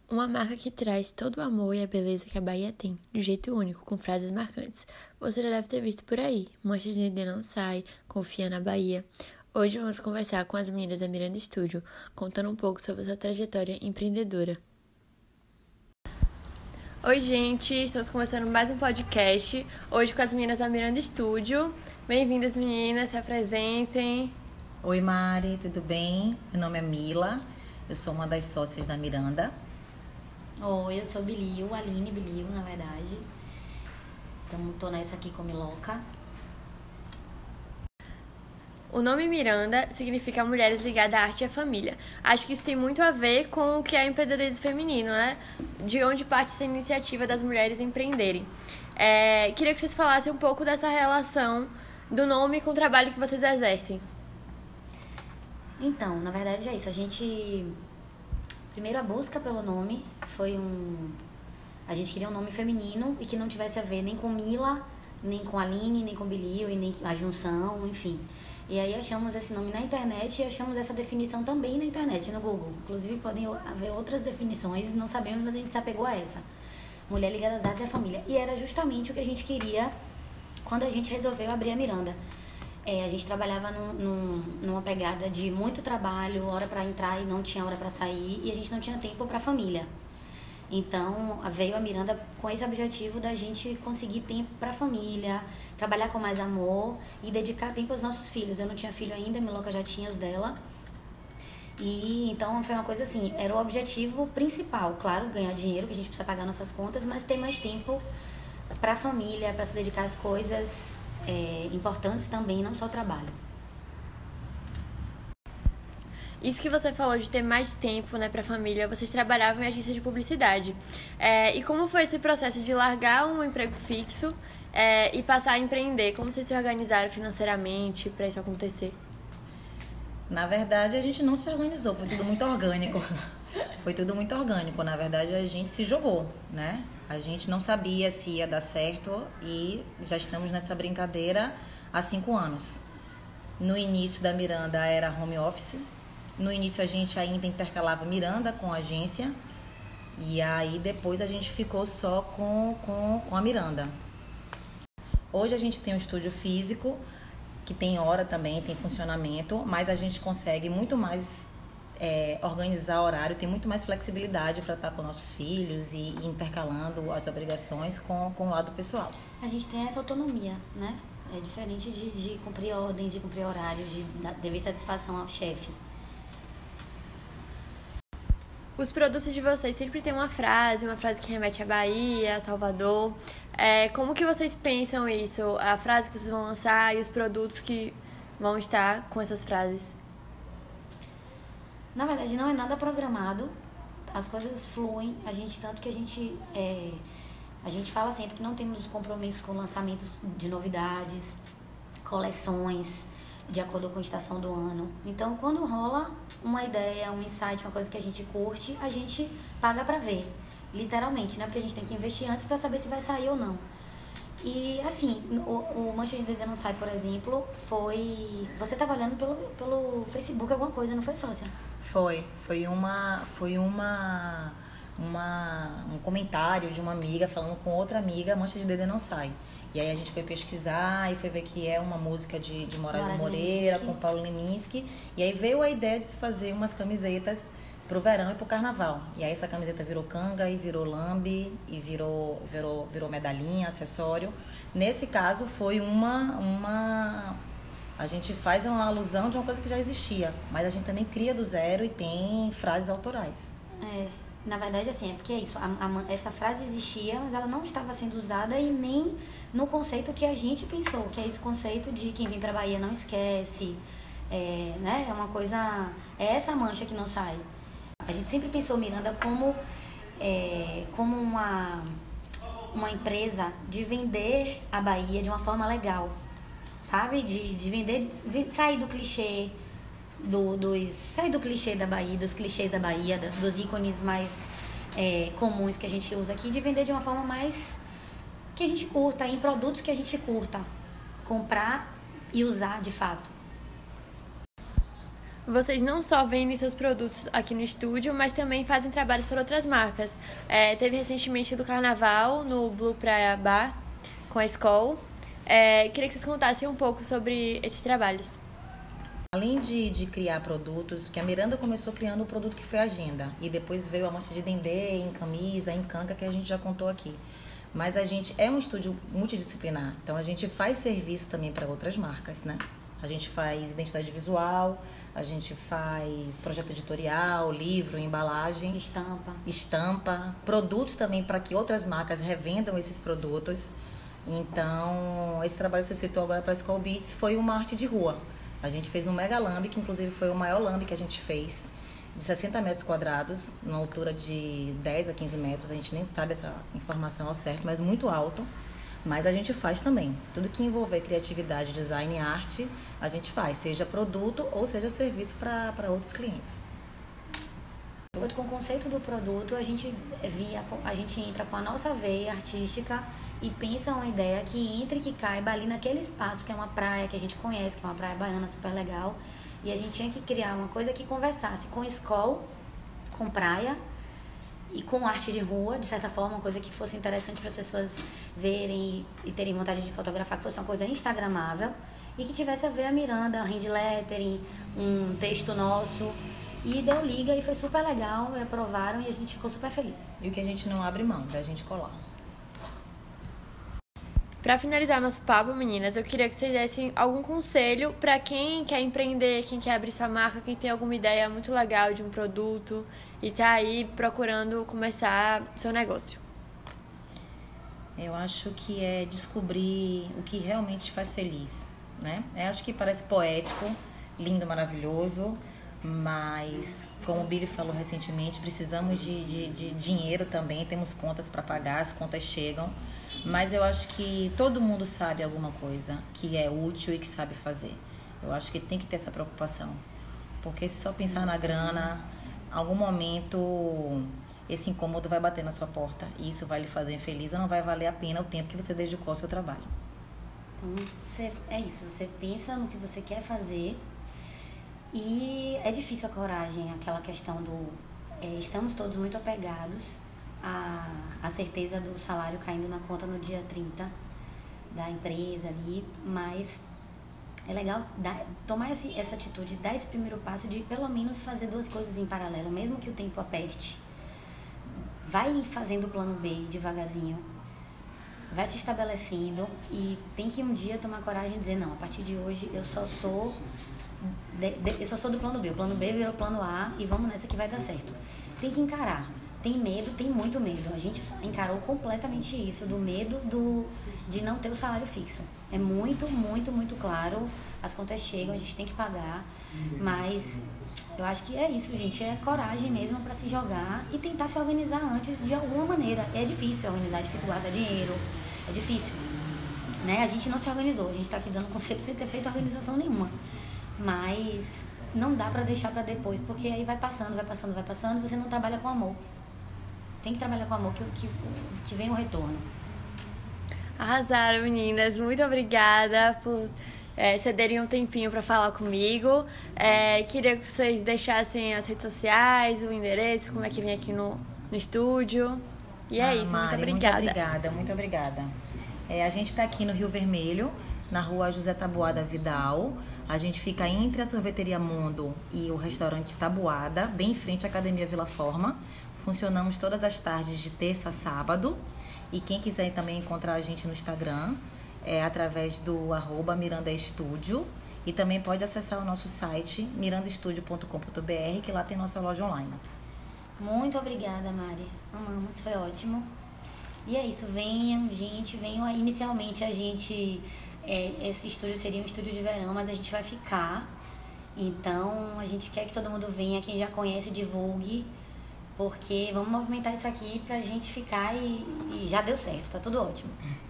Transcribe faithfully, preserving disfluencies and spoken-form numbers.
Uma marca que traz todo o amor e a beleza que a Bahia tem, de um jeito único, com frases marcantes. Você já deve ter visto por aí. Mancha de Dendê não sai, confia na Bahia. Hoje vamos conversar com as meninas da Miranda Studio, contando um pouco sobre sua trajetória empreendedora. Oi, gente! Estamos começando mais um podcast, hoje com as meninas da Miranda Studio. Bem-vindas, meninas, se apresentem. Oi, Mari, tudo bem? Meu nome é Mila, eu sou uma das sócias da Miranda. Oi, eu sou Bilio, Aline Bilio, na verdade. Então, tô nessa aqui com Miloca. O nome Miranda significa mulheres ligadas à arte e à família. Acho que isso tem muito a ver com o que é empreendedorismo feminino, né? De onde parte essa iniciativa das mulheres empreenderem. É, queria que vocês falassem um pouco dessa relação do nome com o trabalho que vocês exercem. Então, na verdade é isso. A gente... Primeiro, a busca pelo nome foi um... A gente queria um nome feminino e que não tivesse a ver nem com Mila, nem com Aline, nem com Bilio, e nem a junção, enfim. E aí achamos esse nome na internet e achamos essa definição também na internet, no Google. Inclusive, podem haver outras definições, não sabemos, mas a gente se apegou a essa. Mulher ligada às artes e à família. E era justamente o que a gente queria quando a gente resolveu abrir a Miranda. É, a gente trabalhava num, num, numa pegada de muito trabalho, hora para entrar e não tinha hora para sair, e a gente não tinha tempo para a família. Então, veio a Miranda com esse objetivo da gente conseguir tempo para a família, trabalhar com mais amor e dedicar tempo aos nossos filhos. Eu não tinha filho ainda, a Miloca já tinha os dela. E então foi uma coisa assim, era o objetivo principal, claro, ganhar dinheiro, que a gente precisa pagar nossas contas, mas ter mais tempo para a família, para se dedicar às coisas É, importantes também, não só o trabalho. Isso que você falou de ter mais tempo, né, para a família, vocês trabalhavam em agência de publicidade. É, e como foi esse processo de largar um emprego fixo é, e passar a empreender? Como vocês se organizaram financeiramente para isso acontecer? Na verdade, a gente não se organizou, foi tudo muito orgânico. Foi tudo muito orgânico. Na verdade, a gente se jogou, né? A gente não sabia se ia dar certo e já estamos nessa brincadeira há cinco anos. No início da Miranda era home office. No início a gente ainda intercalava Miranda com a agência. E aí depois a gente ficou só com, com, com a Miranda. Hoje a gente tem um estúdio físico, que tem hora também, tem funcionamento, mas a gente consegue muito mais... É, organizar horário, tem muito mais flexibilidade para estar com nossos filhos e, e intercalando as obrigações com, com o lado pessoal. A gente tem essa autonomia, né? É diferente de, de cumprir ordens, de cumprir horários, de dever satisfação ao chefe. Os produtos de vocês sempre tem uma frase, uma frase que remete à Bahia, a Salvador. É, como que vocês pensam isso? A frase que vocês vão lançar e os produtos que vão estar com essas frases? Na verdade, não é nada programado, as coisas fluem, a gente, tanto que a gente, é, a gente fala sempre que não temos compromissos com lançamentos de novidades, coleções, de acordo com a estação do ano. Então, quando rola uma ideia, um insight, uma coisa que a gente curte, a gente paga pra ver, literalmente, né? Porque a gente tem que investir antes pra saber se vai sair ou não. E, assim, o, o Mancha de Dendê não sai, por exemplo, foi... Você tava olhando pelo, pelo Facebook alguma coisa, não foi, sócia? Foi, foi uma, foi uma, uma, um comentário de uma amiga falando com outra amiga, Mancha de Dendê não sai. E aí a gente foi pesquisar e foi ver que é uma música de, de Moraes Moraes Moreira, Leminski. com Paulo Leminski. E aí veio a ideia de se fazer umas camisetas pro verão e pro carnaval. E aí essa camiseta virou canga e virou lambe e virou, virou, virou medalhinha, acessório. Nesse caso foi uma... uma A gente faz uma alusão de uma coisa que já existia, mas a gente também cria do zero e tem frases autorais. É, na verdade, assim, é porque é isso. A, a, essa frase existia, mas ela não estava sendo usada e nem no conceito que a gente pensou, que é esse conceito de quem vem pra Bahia não esquece, é, né? É uma coisa... É essa mancha que não sai. A gente sempre pensou Miranda como, é, como uma, uma empresa de vender a Bahia de uma forma legal. Sabe? De, de vender, sair do clichê, do, dos, sair do clichê da Bahia, dos clichês da Bahia, dos ícones mais é, comuns que a gente usa aqui, de vender de uma forma mais que a gente curta, em produtos que a gente curta, comprar e usar de fato. vocês não só vendem seus produtos aqui no estúdio, mas também fazem trabalhos para outras marcas. É, teve recentemente do Carnaval, no Blue Praia Bar, com a Skol. É, queria que vocês contassem um pouco sobre esses trabalhos. Além de, de criar produtos, que a Miranda começou criando o produto que foi a agenda. E depois veio a mostra de dendê, em camisa, em canca, que a gente já contou aqui. Mas a gente é um estúdio multidisciplinar. Então a gente faz serviço também para outras marcas, né? A gente faz identidade visual, a gente faz projeto editorial, livro, embalagem. Estampa. Estampa. Produtos também para que outras marcas revendam esses produtos. Então, esse trabalho que você citou agora para a Skol Beats foi uma arte de rua. A gente fez um mega lambe, que inclusive foi o maior lambe que a gente fez, de sessenta metros quadrados, numa altura de dez a quinze metros. A gente nem sabe essa informação ao certo, mas muito alto. Mas a gente faz também. Tudo que envolver criatividade, design e arte, a gente faz, seja produto ou seja serviço para outros clientes. Com o conceito do produto, a gente, via, a gente entra com a nossa veia artística e pensa uma ideia que entre, que caiba ali naquele espaço, que é uma praia que a gente conhece, que é uma praia baiana super legal. E a gente tinha que criar uma coisa que conversasse com Skol, com praia e com arte de rua, de certa forma, uma coisa que fosse interessante para as pessoas verem e, e terem vontade de fotografar, que fosse uma coisa instagramável e que tivesse a ver a Miranda, hand lettering, um texto nosso. E deu liga e foi super legal, e aprovaram e a gente ficou super feliz. E o que a gente não abre mão, da gente colar. Para finalizar nosso papo, meninas, eu queria que vocês dessem algum conselho para quem quer empreender, quem quer abrir sua marca, quem tem alguma ideia muito legal de um produto e tá aí procurando começar seu negócio. Eu acho que é descobrir o que realmente te faz feliz, né? Eu acho que parece poético, lindo, maravilhoso, mas, como o Billy falou recentemente, precisamos de, de, de dinheiro também, temos contas para pagar, as contas chegam, mas eu acho que todo mundo sabe alguma coisa que é útil e que sabe fazer. Eu acho que tem que ter essa preocupação, porque se só pensar na grana, em algum momento esse incômodo vai bater na sua porta e isso vai lhe fazer infeliz ou não vai valer a pena o tempo que você dedicou ao seu trabalho. Então, você, é isso, você pensa no que você quer fazer. E é difícil a coragem, aquela questão do... É, estamos todos muito apegados à, à certeza do salário caindo na conta no dia trinta da empresa ali, mas é legal dar, tomar esse, essa atitude, dar esse primeiro passo de pelo menos fazer duas coisas em paralelo, mesmo que o tempo aperte. Vai fazendo o plano B devagarzinho, vai se estabelecendo e tem que um dia tomar coragem e dizer, não, a partir de hoje eu só sou... De, de, eu só sou do plano B, o plano B virou plano A e vamos nessa que vai dar certo. Tem que encarar, tem medo, tem muito medo. A gente encarou completamente isso, do medo do, de não ter o salário fixo. É muito, muito, muito claro, as contas chegam, a gente tem que pagar, mas eu acho que é isso, gente, é coragem mesmo para se jogar e tentar se organizar antes de alguma maneira. É difícil organizar, é difícil guardar dinheiro, é difícil, né? A gente não se organizou, a gente tá aqui dando conselho sem ter feito organização nenhuma. Mas não dá pra deixar pra depois, porque aí vai passando, vai passando, vai passando e você não trabalha com amor. Tem que trabalhar com amor que, que, que vem o retorno. Arrasaram, meninas. Muito obrigada por é, cederem um tempinho pra falar comigo. É, queria que vocês deixassem as redes sociais, o endereço, como é que vem aqui no, no estúdio. E é ah, isso, Mari, muito obrigada. Muito obrigada, muito obrigada. É, a gente tá aqui no Rio Vermelho, na rua José Taboada Vidal. A gente fica entre a Sorveteria Mundo e o restaurante Taboada, bem em frente à Academia Vila Forma. Funcionamos todas as tardes de terça a sábado. E quem quiser também encontrar a gente no Instagram, é através do arroba Miranda Estúdio. E também pode acessar o nosso site miranda estúdio ponto com ponto b r, que lá tem nossa loja online. Muito obrigada, Mari. Amamos, foi ótimo. E é isso, venham, gente, venham. Inicialmente a gente... É, esse estúdio seria um estúdio de verão, mas a gente vai ficar. Então, a gente quer que todo mundo venha, quem já conhece, divulgue, porque vamos movimentar isso aqui pra gente ficar e, e já deu certo, tá tudo ótimo.